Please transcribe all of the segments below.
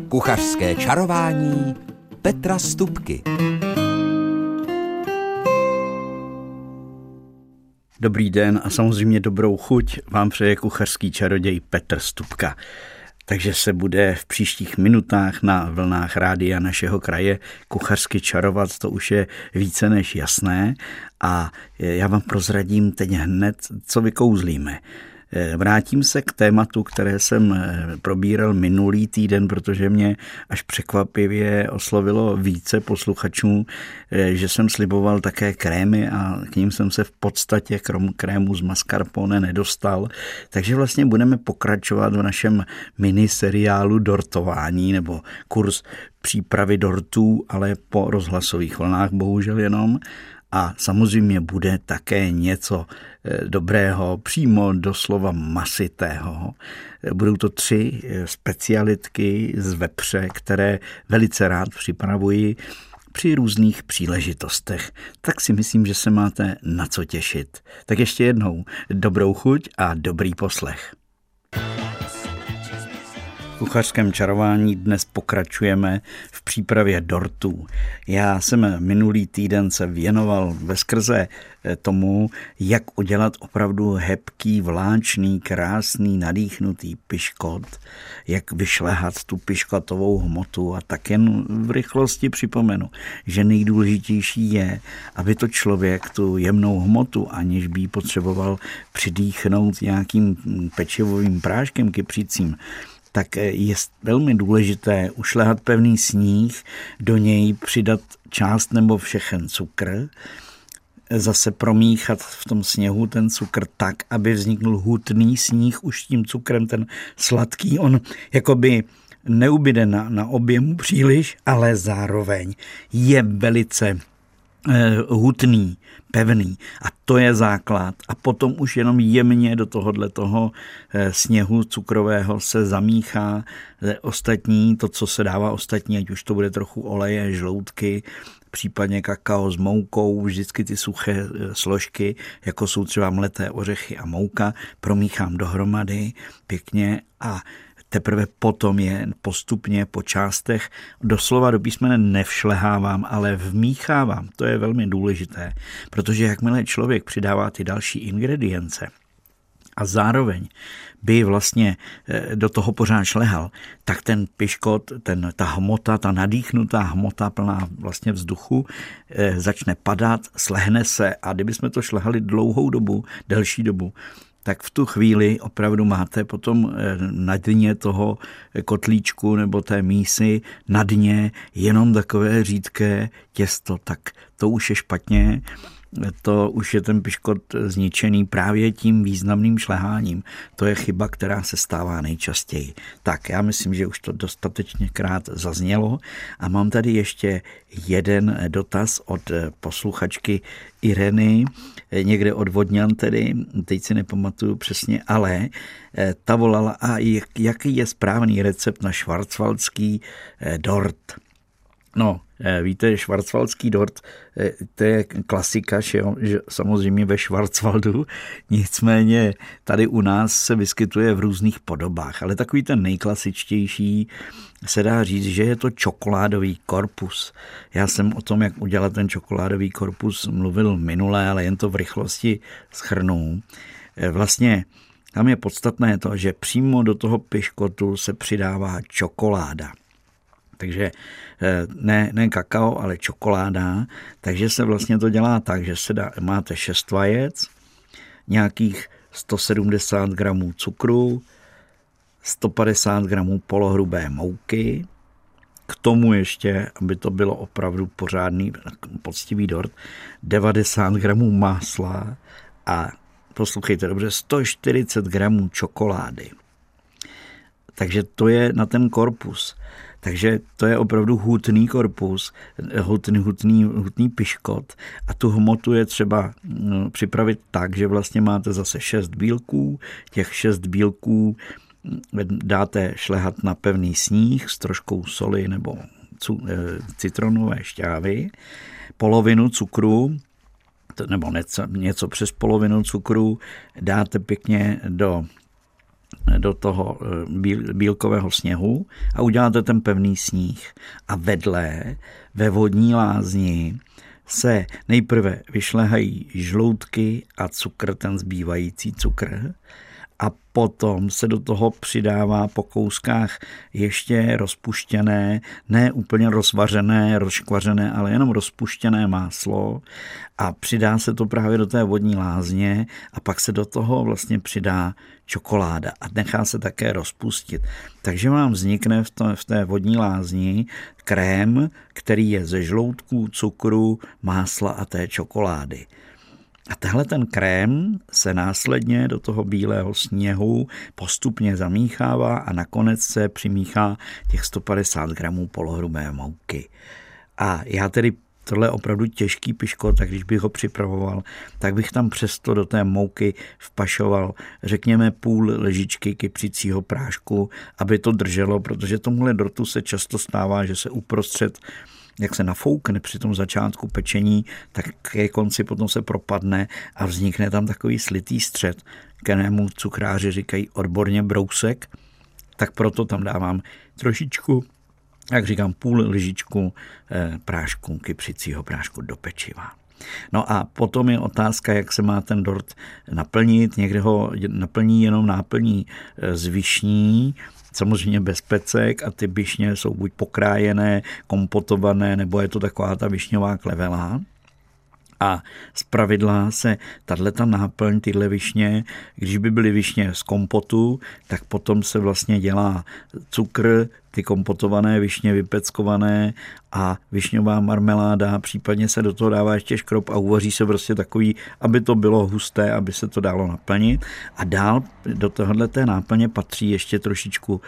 Kuchařské čarování Petra Stupky. Dobrý den a samozřejmě dobrou chuť vám přeje kuchařský čaroděj Petr Stupka. Takže se bude v příštích minutách na vlnách rádia našeho kraje kuchařsky čarovat, to už je více než jasné. A já vám prozradím teď hned, co vykouzlíme. Vrátím se k tématu, které jsem probíral minulý týden, protože mě až překvapivě oslovilo více posluchačů, že jsem sliboval také krémy a k ním jsem se v podstatě krom krému z mascarpone nedostal. Takže vlastně budeme pokračovat v našem miniseriálu dortování nebo kurz přípravy dortů, ale po rozhlasových vlnách bohužel jenom. A samozřejmě bude také něco dobrého, přímo doslova masitého. Budou to 3 specialitky z vepře, které velice rád připravuji při různých příležitostech. Tak si myslím, že se máte na co těšit. Tak ještě jednou dobrou chuť a dobrý poslech. V kuchařském čarování dnes pokračujeme v přípravě dortů. Já jsem minulý týden se věnoval veskrze tomu, jak udělat opravdu hebký, vláčný, krásný, nadýchnutý piškot, jak vyšlehat tu piškotovou hmotu a tak jen v rychlosti připomenu, že nejdůležitější je, aby to člověk tu jemnou hmotu, aniž by ji potřeboval přidýchnout nějakým pečivovým práškem kypřícím, tak je velmi důležité ušlehat pevný sníh, do něj přidat část nebo všechen cukr, zase promíchat v tom sněhu ten cukr tak, aby vzniknul hutný sníh už tím cukrem, ten sladký, on jakoby neubyde na objemu příliš, ale zároveň je velice hutný, pevný a to je základ a potom už jenom jemně do toho sněhu cukrového se zamíchá ostatní, to, co se dává ostatní, ať už to bude trochu oleje, žloutky, případně kakao s moukou, vždycky ty suché složky, jako jsou třeba mleté ořechy a mouka, promíchám dohromady pěkně a teprve potom je postupně po částech doslova do písmene nevšlehávám, ale vmíchávám. To je velmi důležité, protože jakmile člověk přidává ty další ingredience a zároveň by vlastně do toho pořád šlehal, tak ten piškot, ta hmota, ta nadýchnutá hmota plná vlastně vzduchu začne padat, slehne se a kdybychom to šlehali dlouhou dobu, delší dobu, tak v tu chvíli opravdu máte potom na dně toho kotlíčku nebo té mísy na dně jenom takové řídké těsto, tak to už je špatně, to už je ten piškot zničený právě tím významným šleháním. To je chyba, která se stává nejčastěji. Tak, já myslím, že už to dostatečněkrát zaznělo a mám tady ještě jeden dotaz od posluchačky Ireny, někde od Vodňan tedy, teď si nepamatuju přesně, ale ta volala, a jaký je správný recept na švarcvaldský dort? No, víte, švarcvaldský dort, to je klasika, že samozřejmě ve Švarcvaldu, nicméně tady u nás se vyskytuje v různých podobách, ale takový ten nejklasičtější se dá říct, že je to čokoládový korpus. Já jsem o tom, jak udělat ten čokoládový korpus, mluvil minule, ale jen to v rychlosti shrnu. Vlastně tam je podstatné to, že přímo do toho piškotu se přidává čokoláda. Takže ne kakao, ale čokoláda. Takže se vlastně to dělá tak, že máte 6 vajec, nějakých 170 gramů cukru, 150 gramů polohrubé mouky, k tomu ještě, aby to bylo opravdu pořádný, poctivý dort, 90 gramů másla a poslouchejte dobře, 140 gramů čokolády. Takže to je na ten korpus. Takže to je opravdu hutný korpus, hutný piškot a tu hmotu je třeba připravit tak, že vlastně máte zase 6 bílků, těch 6 bílků dáte šlehat na pevný sníh s troškou soli nebo citronové šťávy, polovinu cukru, nebo něco přes polovinu cukru dáte pěkně do toho bílkového sněhu a uděláte ten pevný sníh. A vedle ve vodní lázni se nejprve vyšlehají žloutky a cukr, ten zbývající cukr, a potom se do toho přidává po kouskách ještě rozpuštěné, ne úplně rozvařené, rozškvařené, ale jenom rozpuštěné máslo a přidá se to právě do té vodní lázně a pak se do toho vlastně přidá čokoláda a nechá se také rozpustit. Takže vám vznikne v té vodní lázni krém, který je ze žloutků, cukru, másla a té čokolády. A tehle ten krém se následně do toho bílého sněhu postupně zamíchává a nakonec se přimíchá těch 150 gramů polohrubé mouky. A já tedy tohle je opravdu těžký piškot, tak když bych ho připravoval, tak bych tam přesto do té mouky vpašoval, řekněme, půl ležičky kypřícího prášku, aby to drželo, protože tomuhle dortu se často stává, že se uprostřed, jak se nafoukne při tom začátku pečení, tak ke konci potom se propadne a vznikne tam takový slitý střed, kterému cukráři říkají odborně brousek, tak proto tam dávám trošičku, jak říkám, půl lžičku prášku, kypřicího prášku do pečiva. No a potom je otázka, jak se má ten dort naplnit. Někde ho naplní jenom náplní z višní, samozřejmě bez pecek, a ty višně jsou buď pokrájené, kompotované, nebo je to taková ta višňová klevela. A zpravidla se tato náplň, tyhle višně, když by byly višně z kompotu, tak potom se vlastně dělá cukr, ty kompotované višně vypeckované a višňová marmeláda, případně se do toho dává ještě škrob a uvaří se prostě takový, aby to bylo husté, aby se to dalo naplnit. A dál do tohoto náplně patří ještě trošičku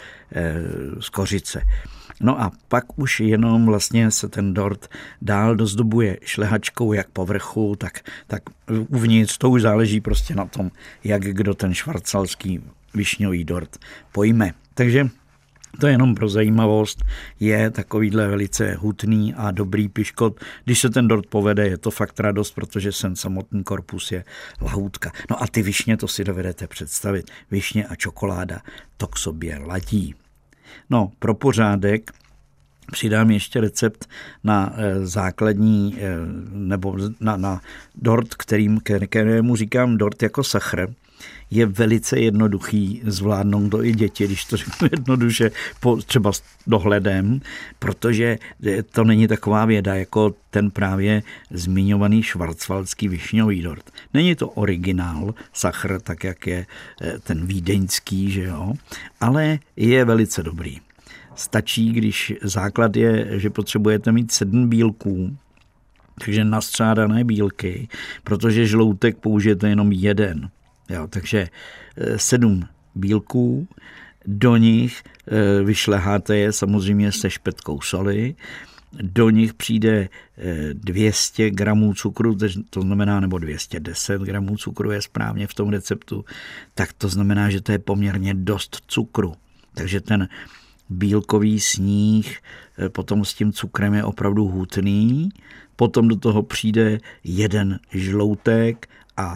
z kořice. No a pak už jenom vlastně se ten dort dál dozdobuje šlehačkou jak po vrchu, tak uvnitř. To už záleží prostě na tom, jak kdo ten švarcalský višňový dort pojme. Takže to je jenom pro zajímavost, je takovýhle velice hutný a dobrý piškot. Když se ten dort povede, je to fakt radost, protože ten samotný korpus je lahůdka. No a ty višně, to si dovedete představit. Višně a čokoláda, to k sobě ladí. No, pro pořádek přidám ještě recept na základní, nebo na dort, kterému říkám dort jako sachr. Je velice jednoduchý zvládnout to i děti, když to řeknu jednoduše, třeba s dohledem, protože to není taková věda, jako ten právě zmiňovaný švarcvaldský višňový dort. Není to originál sachr, tak jak je ten vídeňský, že jo, ale je velice dobrý. Stačí, když základ je, že potřebujete mít 7 bílků, takže nastřádané bílky, protože žloutek použijete jenom 1. Jo, takže 7 bílků, do nich vyšleháte je samozřejmě se špetkou soli, do nich přijde 200 gramů cukru, to znamená, nebo 210 gramů cukru je správně v tom receptu, tak to znamená, že to je poměrně dost cukru. Takže ten bílkový sníh potom s tím cukrem je opravdu hutný, potom do toho přijde 1 žloutek a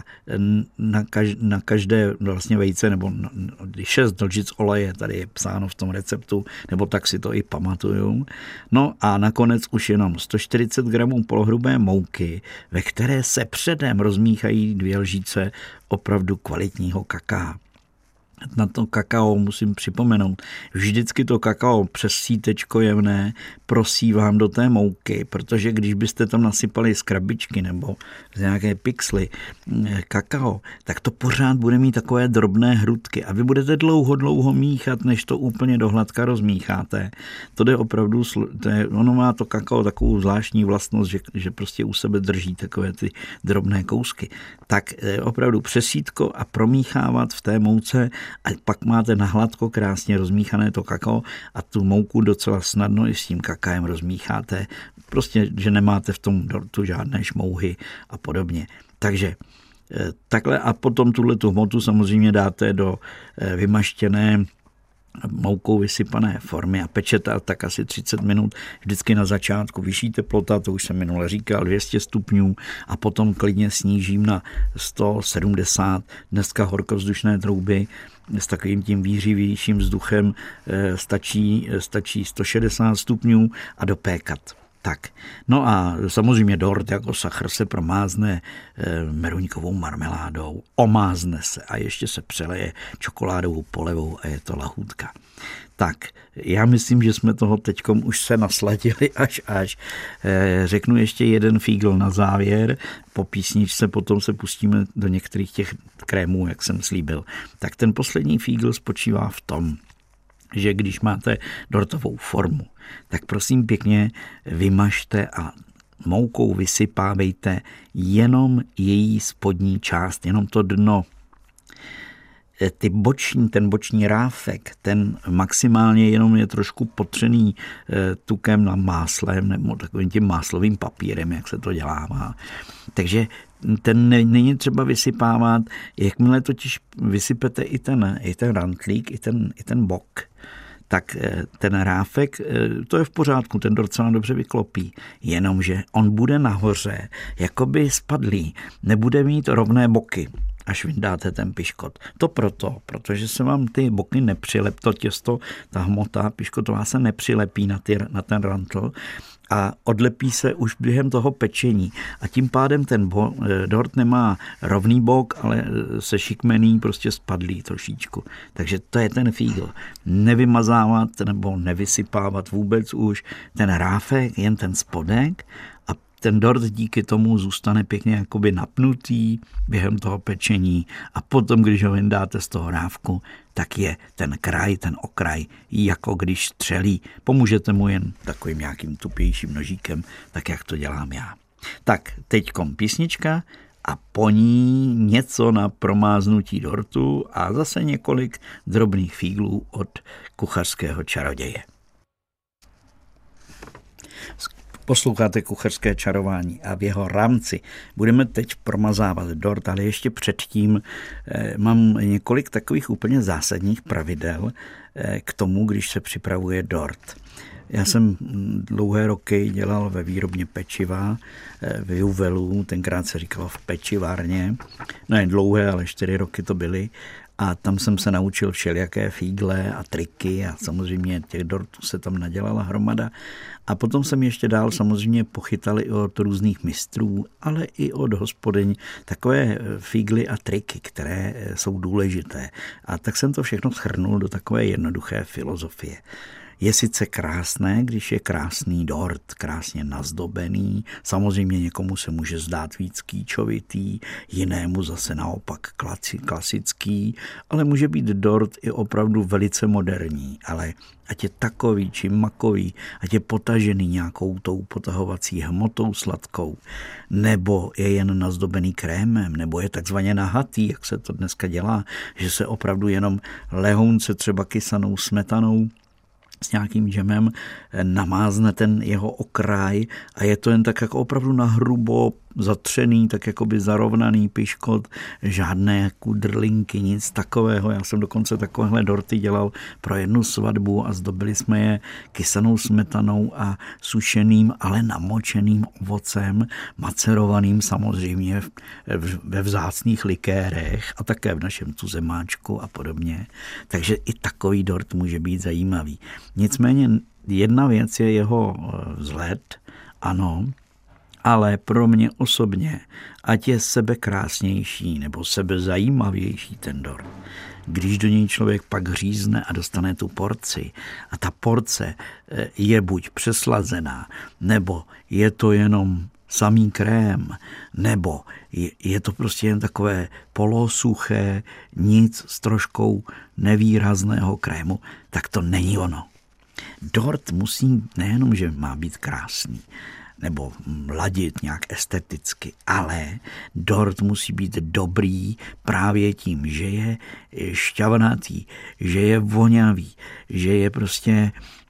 na každé vlastně vejce nebo 6 lžic oleje, tady je psáno v tom receptu, nebo tak si to i pamatuju. No a nakonec už jenom 140 gramů polohrubé mouky, ve které se předem rozmíchají 2 lžíce opravdu kvalitního kakaa. Na to kakao musím připomenout, vždycky to kakao přes sítečko jemné prosívám do té mouky, protože když byste tam nasypali z krabičky nebo z nějaké pixely kakao, tak to pořád bude mít takové drobné hrudky a vy budete dlouho míchat, než to úplně dohladka rozmícháte. To jde opravdu, ono má to kakao takovou zvláštní vlastnost, že prostě u sebe drží takové ty drobné kousky. Tak opravdu přes sítko a promíchávat v té mouce a pak máte na hladko krásně rozmíchané to kakao a tu mouku docela snadno i s tím kakaem rozmícháte. Prostě, že nemáte v tom dortu žádné šmouhy a podobně. Takže takhle a potom tuhletu hmotu samozřejmě dáte do vymaštěné moukou vysypané formy a pečete tak asi 30 minut. Vždycky na začátku vyšší teplota, to už jsem minule říkal, 200 stupňů a potom klidně snížím na 170. Dneska horkovzdušné trouby s takovým tím výřivějším vzduchem stačí 160 stupňů a dopékat. Tak. No a samozřejmě dort jako sachr se promázne meruňkovou marmeládou, omázne se a ještě se přeleje čokoládovou polevou a je to lahůdka. Tak, já myslím, že jsme toho teďkom už se nasladili až. Řeknu ještě jeden fígl na závěr, po písničce potom se pustíme do některých těch krémů, jak jsem slíbil. Tak ten poslední fígl spočívá v tom, že když máte dortovou formu, tak prosím pěkně vymažte a moukou vysypávejte jenom její spodní část, jenom to dno. Ten boční ráfek, ten maximálně jenom je trošku potřený tukem na máslem nebo takovým tím máslovým papírem, jak se to dělává. Takže ten není třeba vysypávat, jakmile totiž vysypete i ten rantlík, i ten bok, tak ten ráfek, to je v pořádku, ten docela dobře vyklopí, jenomže on bude nahoře, jakoby spadlý, nebude mít rovné boky, až vyndáte ten piškot. To protože se vám ty boky nepřilepí, to těsto, ta hmota piškotová se nepřilepí na ten rantl a odlepí se už během toho pečení. A tím pádem ten dort nemá rovný bok, ale se šikmený, prostě spadlý trošičku. Takže to je ten fígl. Nevymazávat nebo nevysypávat vůbec už ten ráfek, jen ten spodek a ten dort díky tomu zůstane pěkně jakoby napnutý během toho pečení a potom, když ho vyndáte z toho rávku, tak je ten kraj, ten okraj, jako když střelí. Pomůžete mu jen takovým nějakým tupějším nožíkem, tak jak to dělám já. Tak teďkom písnička a po ní něco na promáznutí dortu a zase několik drobných fíglů od kuchařského čaroděje. Posloucháte Kuchařské čarování a v jeho rámci budeme teď promazávat dort, ale ještě předtím mám několik takových úplně zásadních pravidel k tomu, když se připravuje dort. Já jsem dlouhé roky dělal ve výrobně pečiva, v Juvelu, tenkrát se říkalo v pečivárně, ne dlouhé, ale 4 roky to byly. A tam jsem se naučil všelijaké fígle a triky a samozřejmě těch dortů se tam nadělala hromada. A potom jsem ještě dál samozřejmě pochytal i od různých mistrů, ale i od hospodyň takové fígly a triky, které jsou důležité. A tak jsem to všechno shrnul do takové jednoduché filozofie. Je sice krásné, když je krásný dort, krásně nazdobený, samozřejmě někomu se může zdát víc kýčovitý, jinému zase naopak klasický, ale může být dort i opravdu velice moderní, ale ať je takový či makový, ať je potažený nějakou tou potahovací hmotou sladkou, nebo je jen nazdobený krémem, nebo je takzvaně nahatý, jak se to dneska dělá, že se opravdu jenom lehounce třeba kysanou smetanou s nějakým džemem namázne ten jeho okraj a je to jen tak jako opravdu nahrubo zatřený, tak jakoby zarovnaný piškot, žádné kudrlinky, nic takového. Já jsem dokonce takovéhle dorty dělal pro jednu svatbu a zdobili jsme je kysanou smetanou a sušeným, ale namočeným ovocem, macerovaným samozřejmě ve vzácných likérech a také v našem tuzemáčku a podobně. Takže i takový dort může být zajímavý. Nicméně jedna věc je jeho vzhled, ano, ale pro mě osobně, ať je sebekrásnější nebo sebezajímavější ten dort, když do něj člověk pak řízne a dostane tu porci a ta porce je buď přeslazená, nebo je to jenom samý krém, nebo je to prostě jen takové polosuché, nic s troškou nevýrazného krému, tak to není ono. Dort musí nejenom, že má být krásný, nebo ladit nějak esteticky, ale dort musí být dobrý právě tím, že je šťavnatý, že je vonavý, že je prostě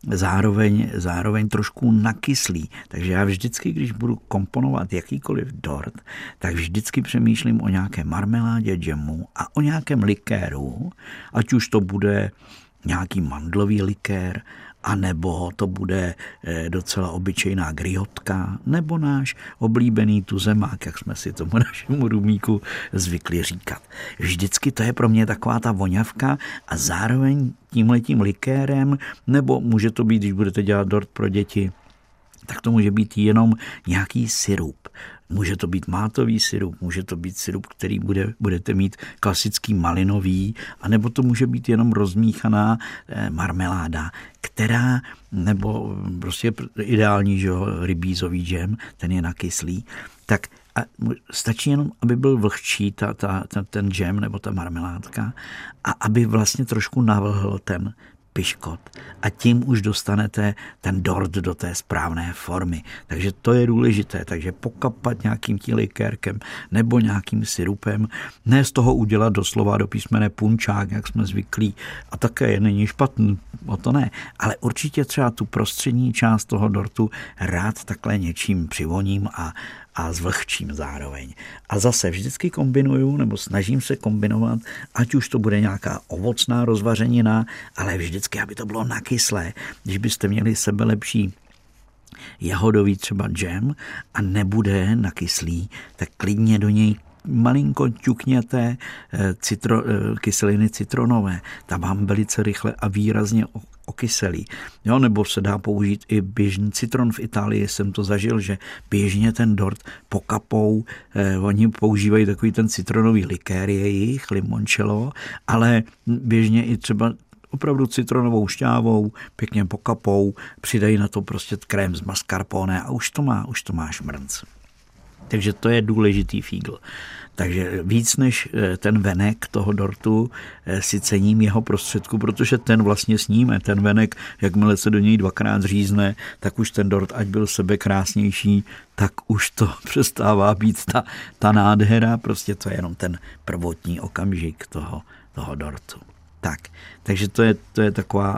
zároveň trošku nakyslý. Takže já vždycky, když budu komponovat jakýkoliv dort, tak vždycky přemýšlím o nějaké marmeládě, džemu a o nějakém likéru, ať už to bude nějaký mandlový likér, anebo to bude docela obyčejná griotka, nebo náš oblíbený tuzemák, jak jsme si tomu našemu rumíku zvykli říkat. Vždycky to je pro mě taková ta voňavka a zároveň tímhletím likérem, nebo může to být, když budete dělat dort pro děti, tak to může být jenom nějaký sirup. Může to být mátový sirup, může to být sirup, který budete mít klasický malinový, anebo to může být jenom rozmíchaná marmeláda, která, nebo prostě ideální, že jo, rybízový džem, ten je nakyslý, tak a stačí jenom, aby byl vlhčí ten džem nebo ta marmeládka a aby vlastně trošku navlhl ten piškot a tím už dostanete ten dort do té správné formy. Takže to je důležité, takže pokapat nějakým tím likérkem nebo nějakým sirupem, ne z toho udělat doslova do písmene punčák, jak jsme zvyklí, a také není špatný, o to ne, ale určitě třeba tu prostřední část toho dortu rád takhle něčím přivoním a zvlhčím zároveň. A zase vždycky kombinuju, nebo snažím se kombinovat, ať už to bude nějaká ovocná rozvařenina, ale vždycky, aby to bylo nakyslé. Když byste měli sebelepší jahodový třeba džem a nebude nakyslý, tak klidně do něj malinko ťukněte kyseliny citronové. Ta vám velice rychle a výrazně okyselí. Jo, nebo se dá použít i běžný citron. V Itálii jsem to zažil, že běžně ten dort pokapou, oni používají takový ten citronový likér jejich, limoncello, ale běžně i třeba opravdu citronovou šťávou, pěkně pokapou, přidají na to prostě krém z mascarpone a už to má šmrnc. Takže to je důležitý fígl. Takže víc než ten venek toho dortu si cením jeho prostředku, protože ten vlastně sníme. Ten venek, jakmile se do něj dvakrát zřízne, tak už ten dort, ať byl sebe krásnější, tak už to přestává být ta nádhera. Prostě to je jenom ten prvotní okamžik toho dortu. Takže to je taková,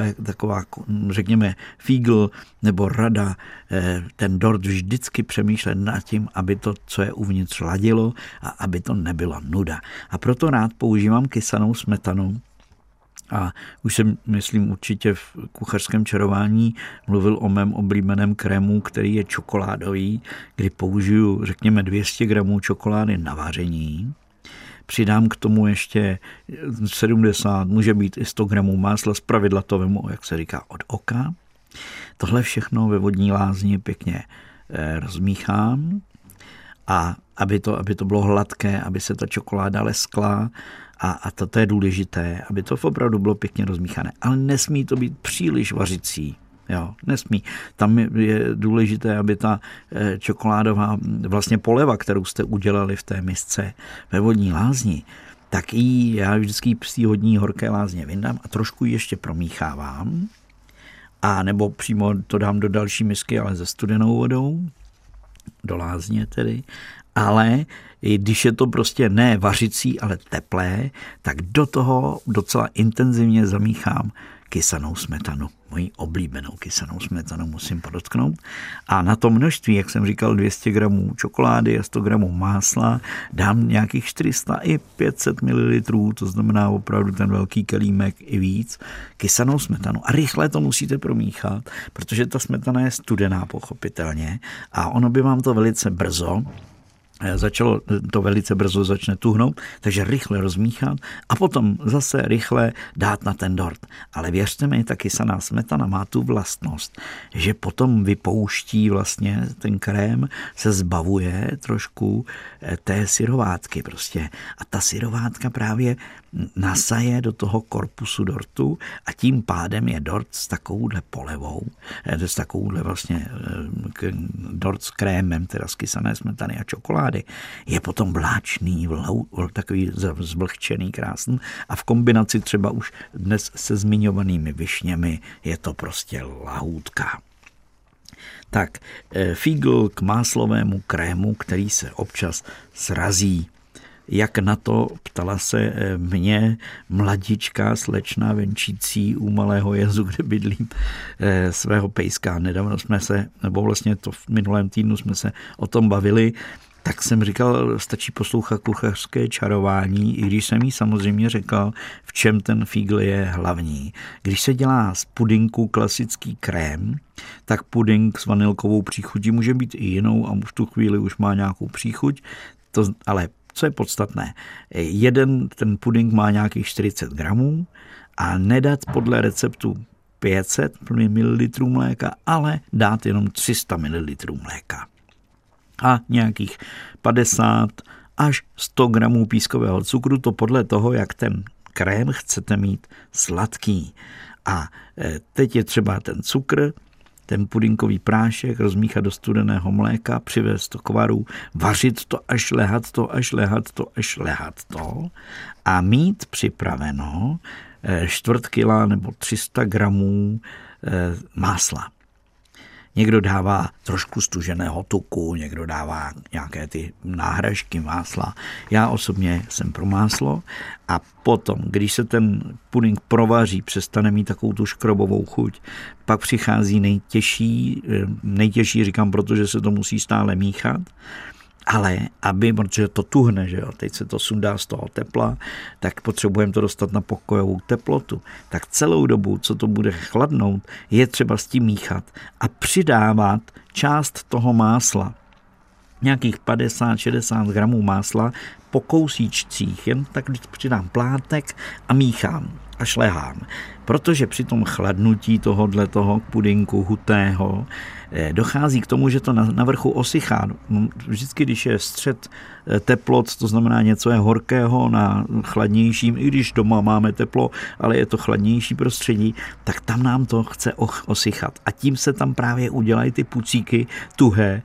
řekněme, fígl nebo rada, ten dort vždycky přemýšlet nad tím, aby to, co je uvnitř, ladilo a aby to nebyla nuda. A proto rád používám kysanou smetanu. A už jsem, myslím, určitě v kuchařském čarování mluvil o mém oblíbeném krému, který je čokoládový, kdy použiju, řekněme, 200 gramů čokolády na vaření. Přidám k tomu ještě 70, může být i 100 gramů másla, zpravidla to vemu, jak se říká, od oka. Tohle všechno ve vodní lázni pěkně rozmíchám a aby to bylo hladké, aby se ta čokoláda leskla a to je důležité, aby to opravdu bylo pěkně rozmíchané. Ale nesmí to být příliš vařicí. Jo, nesmí. Tam je důležité, aby ta čokoládová vlastně poleva, kterou jste udělali v té misce ve vodní lázni, tak já vždycky z té vodní horké lázně vyndám a trošku ji ještě promíchávám. A nebo přímo to dám do další misky, ale se studenou vodou, do lázně tedy. Ale když je to prostě ne vařicí, ale teplé, tak do toho docela intenzivně zamíchám kysanou smetanu. Moji oblíbenou kysanou smetanu musím podotknout. A na to množství, jak jsem říkal, 200 gramů čokolády a 100 gramů másla, dám nějakých 400 i 500 ml, to znamená opravdu ten velký kelímek i víc, kysanou smetanu. A rychle to musíte promíchat, protože ta smetana je studená pochopitelně a ono by vám to velice brzo začne tuhnout, takže rychle rozmíchat a potom zase rychle dát na ten dort. Ale věřte mi, ta kysaná smetana má tu vlastnost, že potom vypouští vlastně ten krém, se zbavuje trošku té syrovátky prostě. A ta syrovátka právě nasaje do toho korpusu dortu a tím pádem je dort s takovouhle polevou, s takovouhle vlastně dort s krémem, teda z kysané smetany a čokolády, je potom vláčný, takový zvlhčený, krásný a v kombinaci třeba už dnes se zmiňovanými višněmi je to prostě lahůdka. Tak, fígl k máslovému krému, který se občas srazí. Jak na to ptala se mě mladička slečna venčící u Malého Jezu, kde bydlím, svého pejska. Nedávno jsme se, nebo vlastně to v minulém týdnu jsme se o tom bavili, Tak jsem říkal, stačí poslouchat kuchařské čarování, i když jsem jí samozřejmě řekl, v čem ten fígl je hlavní. Když se dělá z pudinku klasický krém, tak pudink s vanilkovou příchutí může být i jinou a v tu chvíli už má nějakou příchuť, ale co je podstatné, ten pudink má nějakých 40 gramů a nedat podle receptu 500 ml mléka, ale dát jenom 300 ml mléka. A nějakých 50 až 100 gramů pískového cukru, to podle toho, jak ten krém chcete mít sladký. A teď je třeba ten cukr, ten pudinkový prášek rozmíchat do studeného mléka, přivést to k varu, vařit to až lehat to a mít připraveno 1/4 kila nebo 300 gramů másla. Někdo dává trošku stuženého tuku, někdo dává nějaké ty náhražky másla. Já osobně jsem pro máslo a potom, když se ten puding provaří, přestane mít takovou tu škrobovou chuť, pak přichází nejtěžší říkám, protože se to musí stále míchat, ale protože to tuhne, že jo, teď se to sundá z toho tepla, tak potřebujeme to dostat na pokojovou teplotu. Tak celou dobu, co to bude chladnout, je třeba s tím míchat a přidávat část toho másla. Nějakých 50-60 gramů másla po kousíčcích, jen tak když přidám plátek a míchám a šlehám. Protože při tom chladnutí toho pudinku hutého dochází k tomu, že to na vrchu osychá. Vždycky, když je střed teplot, to znamená něco je horkého na chladnějším, i když doma máme teplo, ale je to chladnější prostředí, tak tam nám to chce osychat. A tím se tam právě udělají ty pucíky tuhé,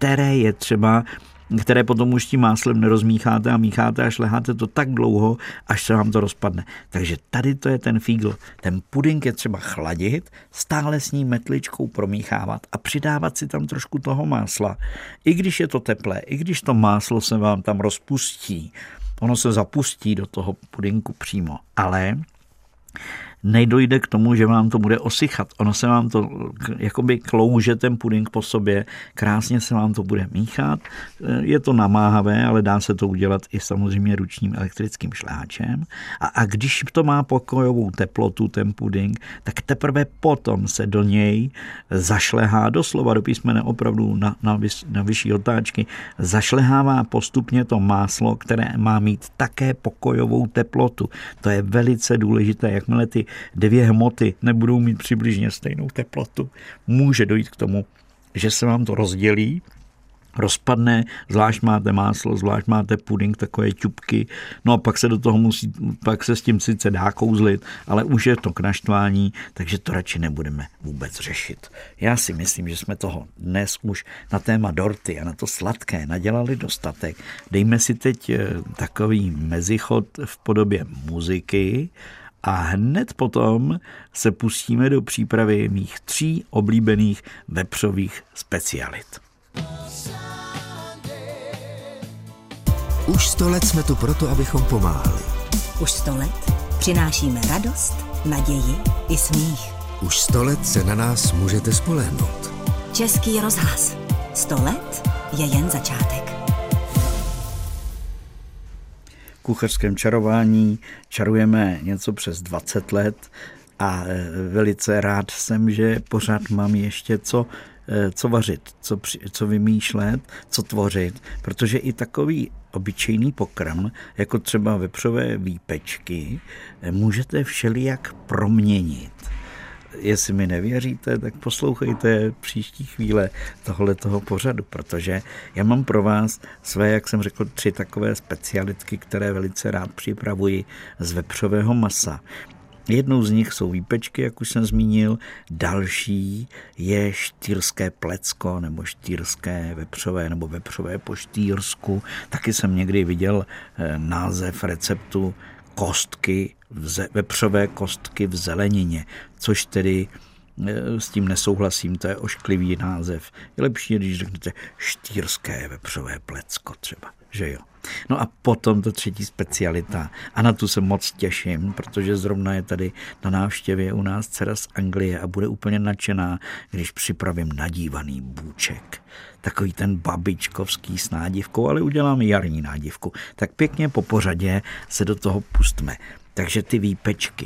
které potom už tím máslem nerozmícháte a mícháte a šleháte to tak dlouho, až se vám to rozpadne. Takže tady to je ten fígl. Ten puding je třeba chladit, stále s ním metličkou promíchávat a přidávat si tam trošku toho másla. I když je to teplé, i když to máslo se vám tam rozpustí, ono se zapustí do toho pudinku přímo, ale nedojde k tomu, že vám to bude osychat. Ono se vám to jakoby klouže ten puding po sobě, krásně se vám to bude míchat. Je to namáhavé, ale dá se to udělat i samozřejmě ručním elektrickým šlehačem. A když to má pokojovou teplotu, ten puding, tak teprve potom se do něj zašlehá doslova do písmene opravdu na vyšší otáčky, zašlehává postupně to máslo, které má mít také pokojovou teplotu. To je velice důležité, jakmile ty 2 hmoty nebudou mít přibližně stejnou teplotu, může dojít k tomu, že se vám to rozdělí, rozpadne, zvlášť máte máslo, zvlášť máte puding, takové ťupky, no a pak se s tím sice dá kouzlit, ale už je to k naštvání, takže to radši nebudeme vůbec řešit. Já si myslím, že jsme toho dnes už na téma dorty a na to sladké nadělali dostatek. Dejme si teď takový mezichod v podobě muziky a hned potom se pustíme do přípravy mých 3 oblíbených vepřových specialit. Už 100 let jsme tu proto, abychom pomáhali. Už 100 let přinášíme radost, naději i smích. Už 100 let se na nás můžete spolehnout. Český rozhlas. 100 let je jen začátek. V kuchařském čarování čarujeme něco přes 20 let a velice rád jsem, že pořád mám ještě co vařit, co vymýšlet, co tvořit, protože i takový obyčejný pokrm, jako třeba vepřové výpečky, můžete všelijak proměnit. Jestli mi nevěříte, tak poslouchejte příští chvíle tohoto pořadu, protože já mám pro vás své, jak jsem řekl, 3 takové specialitky, které velice rád připravuji z vepřového masa. Jednou z nich jsou výpečky, jak už jsem zmínil, další je štýrské plecko nebo štýrské vepřové nebo vepřové po štýrsku. Taky jsem někdy viděl název receptu vepřové kostky v zelenině, což tedy s tím nesouhlasím, to je ošklivý název. Je lepší, když řeknete štýrské vepřové plecko třeba, že jo. No a potom to třetí specialita. A na tu se moc těším, protože zrovna je tady na návštěvě u nás dcera z Anglie a bude úplně nadšená, když připravím nadívaný bůček. Takový ten babičkovský s nádivkou, ale udělám jarní nádivku. Tak pěkně po pořadě se do toho pustme. Takže ty výpečky.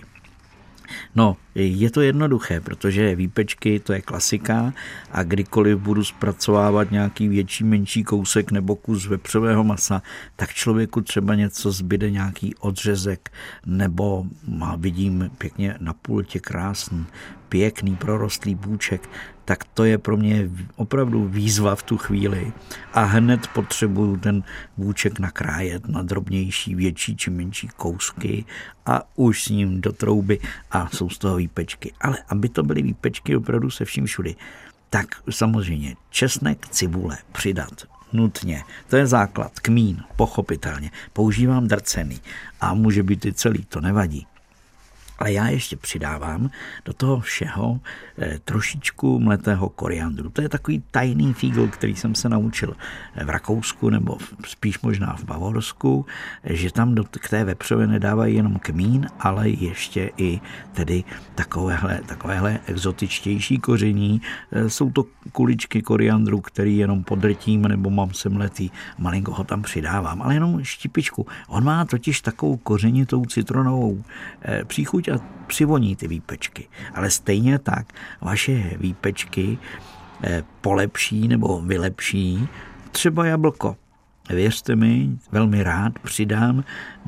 No, je to jednoduché, protože výpečky to je klasika a kdykoliv budu zpracovávat nějaký větší, menší kousek nebo kus vepřového masa, tak člověku třeba něco zbyde, nějaký odřezek, nebo vidím pěkně na pultě krásný, pěkný, prorostlý bůček, tak to je pro mě opravdu výzva v tu chvíli a hned potřebuju ten bůček nakrájet na drobnější, větší či menší kousky a už s ním do trouby a jsou z toho výpečky. Ale aby to byly výpečky opravdu se vším všudy, tak samozřejmě česnek, cibule přidat nutně. To je základ, kmín, pochopitelně. Používám drcený a může být i celý, to nevadí. Ale já ještě přidávám do toho všeho trošičku mletého koriandru. To je takový tajný fígl, který jsem se naučil v Rakousku nebo spíš možná v Bavorsku, že tam k té vepřové nedávají jenom kmín, ale ještě i tedy takovéhle exotičtější koření. Jsou to kuličky koriandru, který jenom podrtím nebo mám semletý, malinko ho tam přidávám, ale jenom štipičku. On má totiž takovou kořenitou citronovou příchuť a přivoní ty výpečky. Ale stejně tak vaše výpečky polepší nebo vylepší třeba jablko. Věřte mi, velmi rád přidám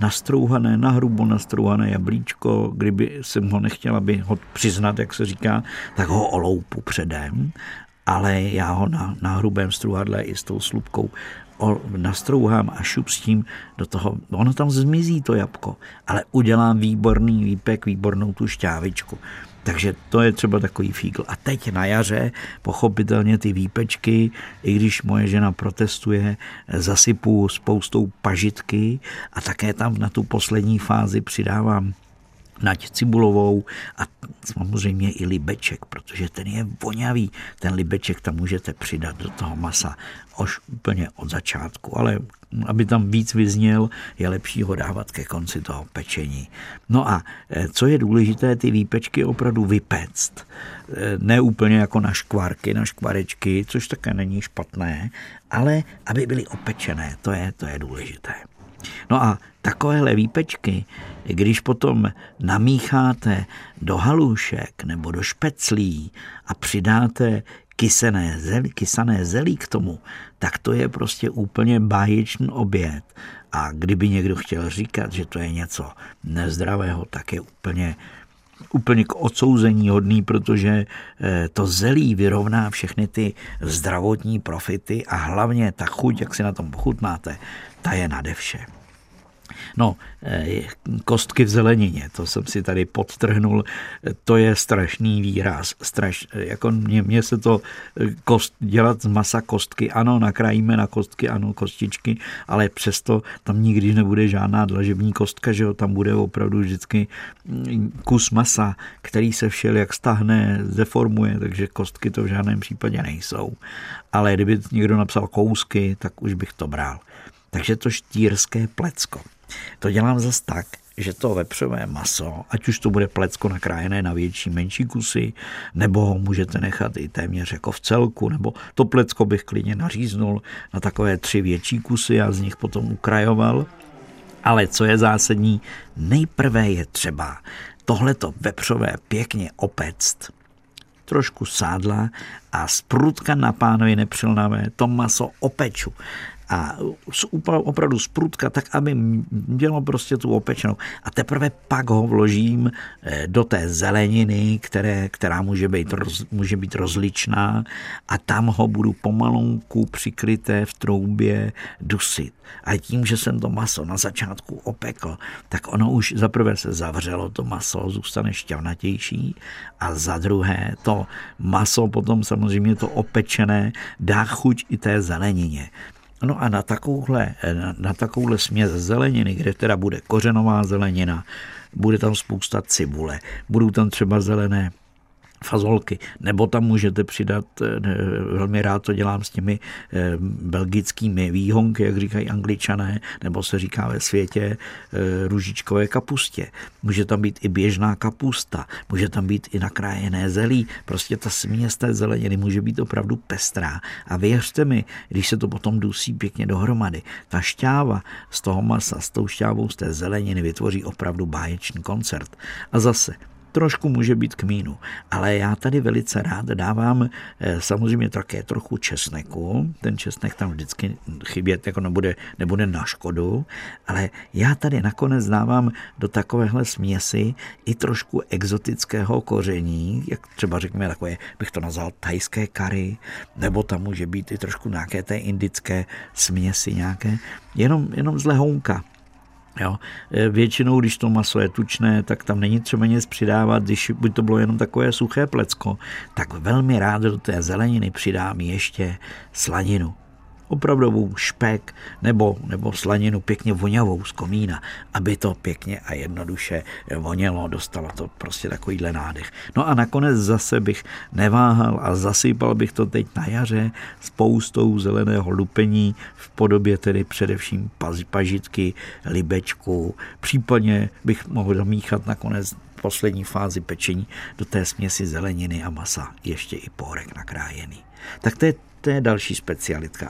nahrubo nastrouhané jablíčko, kdyby jsem ho nechtěla by ho přiznat, jak se říká, tak ho oloupu předem, ale já ho na hrubém struhadle i s tou slupkou nastrouhám a šup s tím do toho, ono tam zmizí to jabko, ale udělám výborný výpek, výbornou tu šťávičku. Takže to je třeba takový fígl. A teď na jaře pochopitelně ty výpečky, i když moje žena protestuje, zasypu spoustou pažitky a také tam na tu poslední fázi přidávám nať cibulovou a samozřejmě i libeček, protože ten je voňavý. Ten libeček tam můžete přidat do toho masa už úplně od začátku, ale aby tam víc vyzněl, je lepší ho dávat ke konci toho pečení. No a co je důležité, ty výpečky opravdu vypéct. Ne úplně jako na škvárky, na škvarečky, což také není špatné, ale aby byly opečené, to je důležité. No a takovéhle výpečky, když potom namícháte do halušek nebo do špeclí a přidáte kysané zelí k tomu, tak to je prostě úplně báječný oběd. A kdyby někdo chtěl říkat, že to je něco nezdravého, tak je úplně k odsouzení hodný, protože to zelí vyrovná všechny ty zdravotní profity a hlavně ta chuť, jak si na tom pochutnáte, ta je nade vše. No, kostky v zelenině, to jsem si tady podtrhnul, to je strašný výraz. Jako mně se to dělat z masa kostky, ano, nakrájíme na kostky, ano, kostičky, ale přesto tam nikdy nebude žádná dlažební kostka, že jo, tam bude opravdu vždycky kus masa, který se všelijak stáhne, deformuje, takže kostky to v žádném případě nejsou. Ale kdyby někdo napsal kousky, tak už bych to bral. Takže to štýrské plecko. To dělám zas tak, že to vepřové maso, ať už to bude plecko nakrájené na větší, menší kusy, nebo ho můžete nechat i téměř jako v celku, nebo to plecko bych klidně naříznul na takové 3 větší kusy a z nich potom ukrajoval. Ale co je zásadní, nejprve je třeba tohleto vepřové pěkně opéct. Trošku sádla a sprutka na pánovi nepřilnavé to maso opeču. A opravdu z prudka, tak aby mělo prostě tu opečenou. A teprve pak ho vložím do té zeleniny, která může být rozličná a tam ho budu pomalonku přikryté v troubě dusit. A tím, že jsem to maso na začátku opekl, tak ono už za prvé se zavřelo to maso, zůstane šťavnatější a za druhé to maso potom samozřejmě to opečené dá chuť i té zelenině. No a na takovouhle směs zeleniny, kde teda bude kořenová zelenina, bude tam spousta cibule, budou tam třeba zelené fazolky, nebo tam můžete přidat, velmi rád to dělám s těmi belgickými výhonky, jak říkají Angličané, nebo se říká ve světě růžičkové kapustě. Může tam být i běžná kapusta, může tam být i nakrájené zelí, prostě ta směs té zeleniny může být opravdu pestrá. A věřte mi, když se to potom dusí pěkně dohromady, ta šťáva z toho masa, s tou šťávou z té zeleniny vytvoří opravdu báječný koncert. A zase, trošku může být kmínu, ale já tady velice rád dávám samozřejmě také trochu česneku. Ten česnek tam vždycky chybět jako nebude na škodu, ale já tady nakonec dávám do takovéhle směsi i trošku exotického koření, jak třeba řekněme takové, bych to nazval thajské curry, nebo tam může být i trošku nějaké té indické směsi nějaké, jenom z lehounka. Jo. Většinou, když to maso je tučné, tak tam není třeba nic přidávat, když by to bylo jenom takové suché plecko, tak velmi rád do té zeleniny přidám ještě slaninu. Opravdovou špek nebo slaninu pěkně voňavou z komína, aby to pěkně a jednoduše vonělo, dostalo to prostě takovýhle nádech. No a nakonec zase bych neváhal a zasypal bych to teď na jaře spoustou zeleného lupení v podobě tedy především pažitky, libečku, případně bych mohl zamíchat nakonec poslední fázi pečení do té směsi zeleniny a masa ještě i pórek nakrájený. Tak to je další specialitka.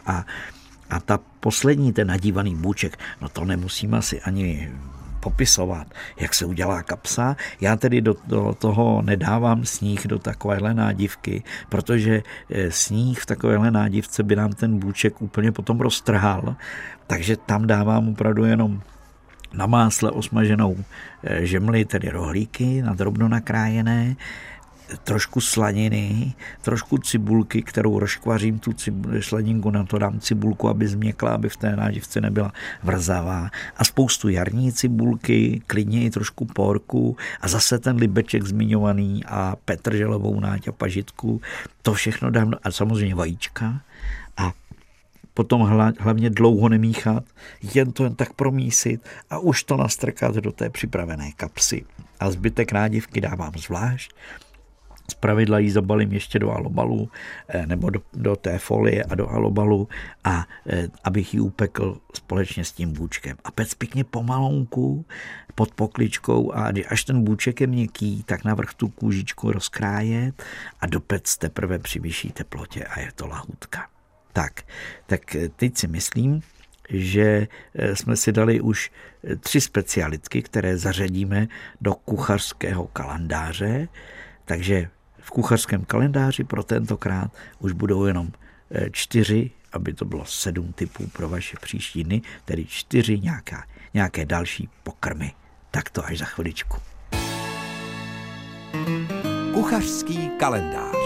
A ta poslední, ten nadívaný bůček, no to nemusím asi ani popisovat, jak se udělá kapsa. Já tedy do toho nedávám sníh do takovéhle nádivky, protože sníh v takovéhle nádivce by nám ten bůček úplně potom roztrhal, takže tam dávám opravdu jenom na másle osmaženou žemli, tedy rohlíky, nadrobno nakrájené, trošku slaniny, trošku cibulky, kterou rozkvařím tu slaninku, na to dám cibulku, aby změkla, aby v té nádivce nebyla vrzavá, a spoustu jarní cibulky, klidně i trošku porku a zase ten libeček zmiňovaný a petrželovou náť a pažitku. To všechno dám a samozřejmě vajíčka a potom hlavně dlouho nemíchat, jen to jen tak promísit a už to nastrkat do té připravené kapsy. A zbytek nádivky dávám zvlášť. Zpravidla ji zabalím ještě do alobalu nebo do té folie a do alobalu a abych ji upekl společně s tím bůčkem. A pec pěkně pomalonku pod pokličkou a až ten bůček je měkký, tak navrch tu kůžičku rozkrájet a dopec teprve při vyšší teplotě a je to lahutka. Tak teď si myslím, že jsme si dali už 3 specialitky, které zařadíme do kuchařského kalendáře, takže v kuchařském kalendáři pro tentokrát už budou jenom 4, aby to bylo 7 typů pro vaše příští dny, tedy 4 nějaké další pokrmy. Tak to až za chviličku. Kuchařský kalendář.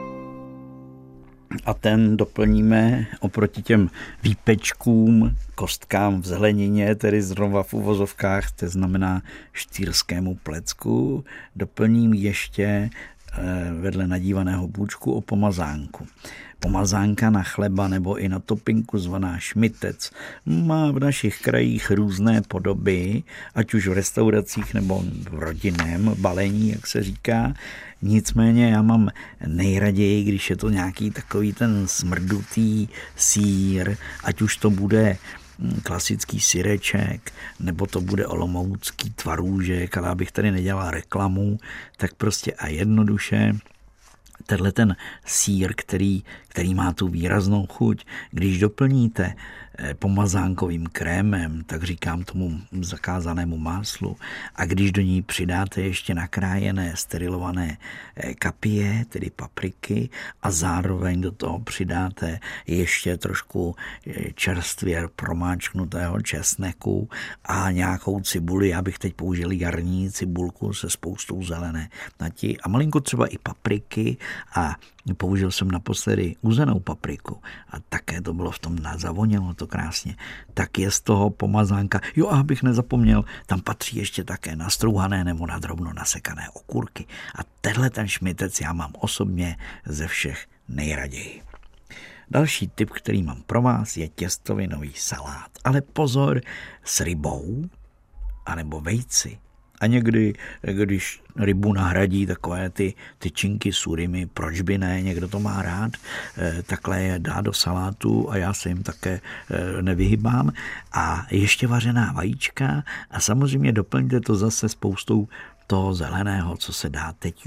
A ten doplníme oproti těm výpečkům, kostkám v zelenině, tedy zrovna v uvozovkách, to znamená štýrskému plecku, doplním ještě vedle nadívaného bůčku o pomazánku. Pomazánka na chleba nebo i na topinku zvaná šmitec má v našich krajích různé podoby, ať už v restauracích nebo v rodinném balení, jak se říká. Nicméně já mám nejraději, když je to nějaký takový ten smrdutý sýr, ať už to bude klasický syreček, nebo to bude olomoucký tvarůžek, ale abych tady nedělal reklamu, tak prostě a jednoduše tenhle ten sýr, který má tu výraznou chuť, když doplníte pomazánkovým krémem, tak říkám tomu zakázanému máslu, a když do ní přidáte ještě nakrájené, sterilované kapie, tedy papriky, a zároveň do toho přidáte ještě trošku čerstvě promáčknutého česneku a nějakou cibuli, já bych teď použil jarní cibulku se spoustou zelené nati a malinko třeba i papriky, a použil jsem naposledy uzenou papriku a také to bylo v tom, zavonělo to krásně, tak je z toho pomazánka. Jo, a abych nezapomněl, tam patří ještě také nastrouhané nebo nadrobno nasekané okurky. A tenhle ten šmitec já mám osobně ze všech nejraději. Další tip, který mám pro vás, je těstovinový salát. Ale pozor, s rybou, anebo vejci, A někdy, když rybu nahradí takové ty činky surimi, proč by ne, někdo to má rád, takhle je dá do salátu a já se jim také nevyhybám. A ještě vařená vajíčka a samozřejmě doplňte to zase spoustou toho zeleného, co se dá teď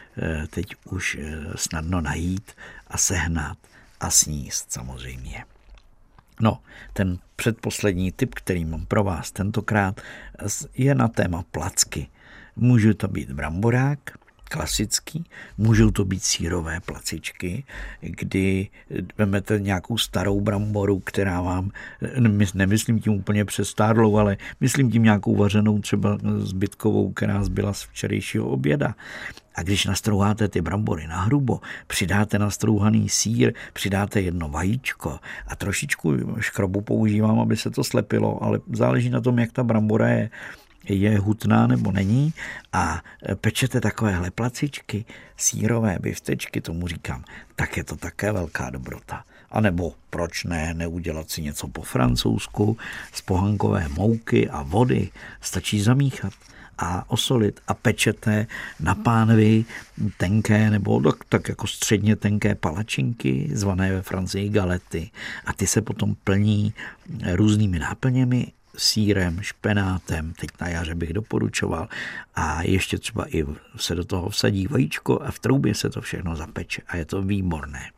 už snadno najít a sehnat a sníst samozřejmě. No, ten předposlední tip, který mám pro vás tentokrát, je na téma placky. Může to být bramborák, klasický, můžou to být sýrové placičky, kdy vezmete nějakou starou bramboru, která vám, nemyslím tím úplně přestárlou, ale myslím tím nějakou vařenou třeba zbytkovou, která zbyla z včerejšího oběda. A když nastrouháte ty brambory na hrubo, přidáte nastrouhaný sýr, přidáte jedno vajíčko a trošičku škrobu používám, aby se to slepilo, ale záleží na tom, jak ta brambora je hutná nebo není, a pečete takovéhle placičky, sýrové biftečky, tomu říkám, tak je to také velká dobrota. A nebo proč ne, neudělat si něco po francouzsku z pohankové mouky a vody, stačí zamíchat a osolit a pečete na pánvi tenké nebo tak jako středně tenké palačinky, zvané ve Francii galety, a ty se potom plní různými náplněmi, sýrem, špenátem, teď na jaře bych doporučoval, a ještě třeba i se do toho vsadí vajíčko a v troubě se to všechno zapeče a je to výborné.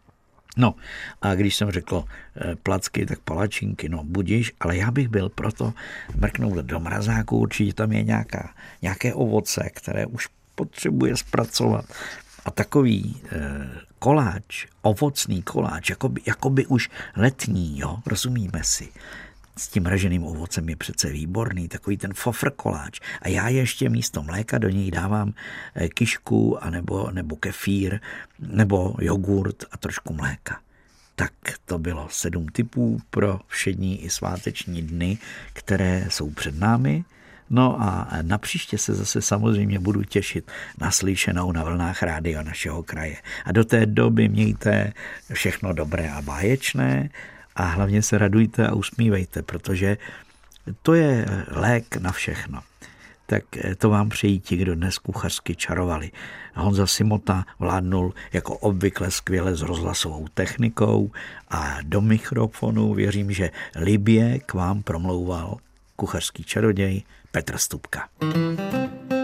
No a když jsem řekl placky, tak palačinky, no budiš, ale já bych byl proto mrknout do mrazáku, určitě tam je nějaké ovoce, které už potřebuje zpracovat. A takový koláč, ovocný koláč, jakoby už letní, jo, rozumíme si. S tím mraženým ovocem je přece výborný, takový ten fofr koláč. A já ještě místo mléka do něj dávám kišku nebo kefír, nebo jogurt a trošku mléka. Tak to bylo 7 tipů pro všední i sváteční dny, které jsou před námi. No a napříště se zase samozřejmě budu těšit na slyšenou na vlnách rádia našeho kraje. A do té doby mějte všechno dobré a báječné, a hlavně se radujte a usmívejte, protože to je lék na všechno. Tak to vám přejí ti, kdo dnes kuchařsky čarovali. Honza Simota vládnul jako obvykle skvěle s rozhlasovou technikou a do mikrofonu věřím, že libě k vám promlouval kuchařský čaroděj Petr Stupka.